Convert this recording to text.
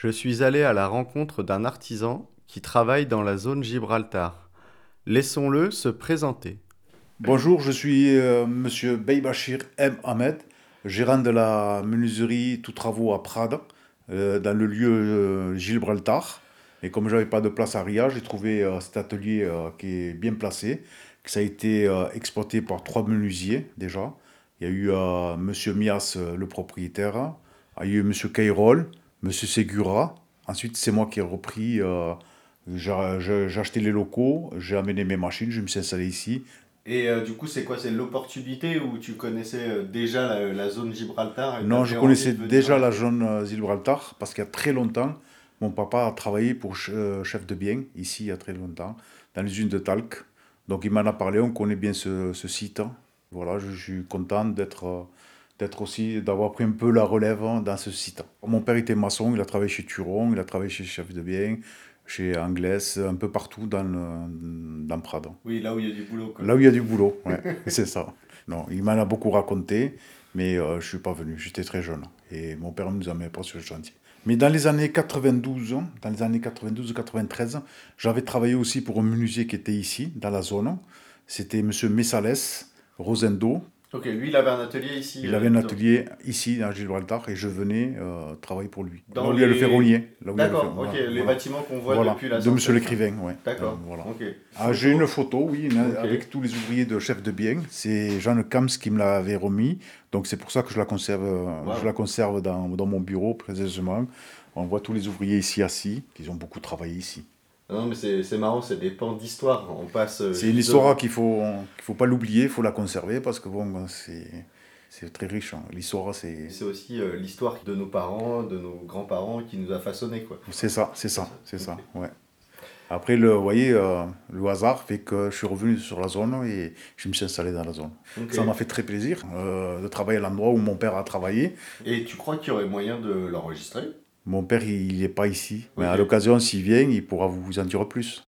Je suis allé à la rencontre d'un artisan qui travaille dans la zone Gibraltar. Laissons-le se présenter. Bonjour, je suis Monsieur Beybachir M. Ahmed, gérant de la menuiserie Tout Travaux à Prades, dans le lieu Gibraltar. Et comme j'avais pas de place à Ria, j'ai trouvé cet atelier qui est bien placé, que ça a été exploité par trois menuisiers déjà. Il y a eu Monsieur Mias, le propriétaire, il y a eu Monsieur Cayrol, Monsieur Segura. Ensuite, c'est moi qui ai repris. J'ai acheté les locaux, j'ai amené mes machines, je me suis installé ici. Et du coup, c'est quoi? C'est l'opportunité où tu connaissais déjà la zone Gibraltar et tu Non, je avais envie connaissais de venir déjà la acheter? zone Gibraltar parce qu'il y a très longtemps, mon papa a travaillé pour chef de bien ici il y a très longtemps, dans l'usine de talc. Donc il m'en a parlé, on connaît bien ce site. Voilà, je suis content d'être aussi, d'avoir pris un peu la relève dans ce site. Mon père était maçon, il a travaillé chez Turon, il a travaillé chez chef de bien, chez Anglès, un peu partout dans Prades. Oui, là où il y a du boulot, quoi. Là où il y a du boulot, ouais, c'est ça. Non, il m'en a beaucoup raconté, mais je suis pas venu, j'étais très jeune. Et mon père ne nous amenait pas sur le chantier. Mais dans les années 92, dans les années 92-93, j'avais travaillé aussi pour un menuisier qui était ici, dans la zone. C'était Monsieur Messales Rosendo. Ok, lui, il avait un atelier ici, Il avait un atelier ici, à Gibraltar, et je venais travailler pour lui. Là dans où il y a le les... ferronnier. Là où il y a le D'accord, ok, ferronnier. les Voilà. bâtiments qu'on voit Voilà, depuis de Monsieur l'ascenseur. l'écrivain, ouais. D'accord, Voilà. ok. Ah, j'ai une Photo. photo, oui, Ok. avec tous les ouvriers de chef de bien. C'est Jeanne Camps qui me l'avait remis. Donc c'est pour ça que je Waouh. la conserve dans mon bureau précisément. On voit tous les ouvriers ici assis, qui ont beaucoup travaillé ici. Non, mais c'est marrant, c'est des pans d'histoire. On passe C'est une juste histoire devant. qu'il faut pas l'oublier, il faut la conserver parce que bon, c'est très riche, hein. L'histoire, C'est aussi l'histoire de nos parents, de nos grands-parents qui nous a façonnés, quoi. c'est ça, c'est C'est ça, ça. c'est Ok. ça, ouais. Après, vous voyez, le hasard fait que je suis revenu sur la zone et je me suis installé dans la zone. Ok. Ça m'a fait très plaisir de travailler à l'endroit où mon père a travaillé. Et tu crois qu'il y aurait moyen de l'enregistrer? Mon père, il n'est pas ici, mais Ok. à l'occasion, s'il vient, il pourra vous en dire plus.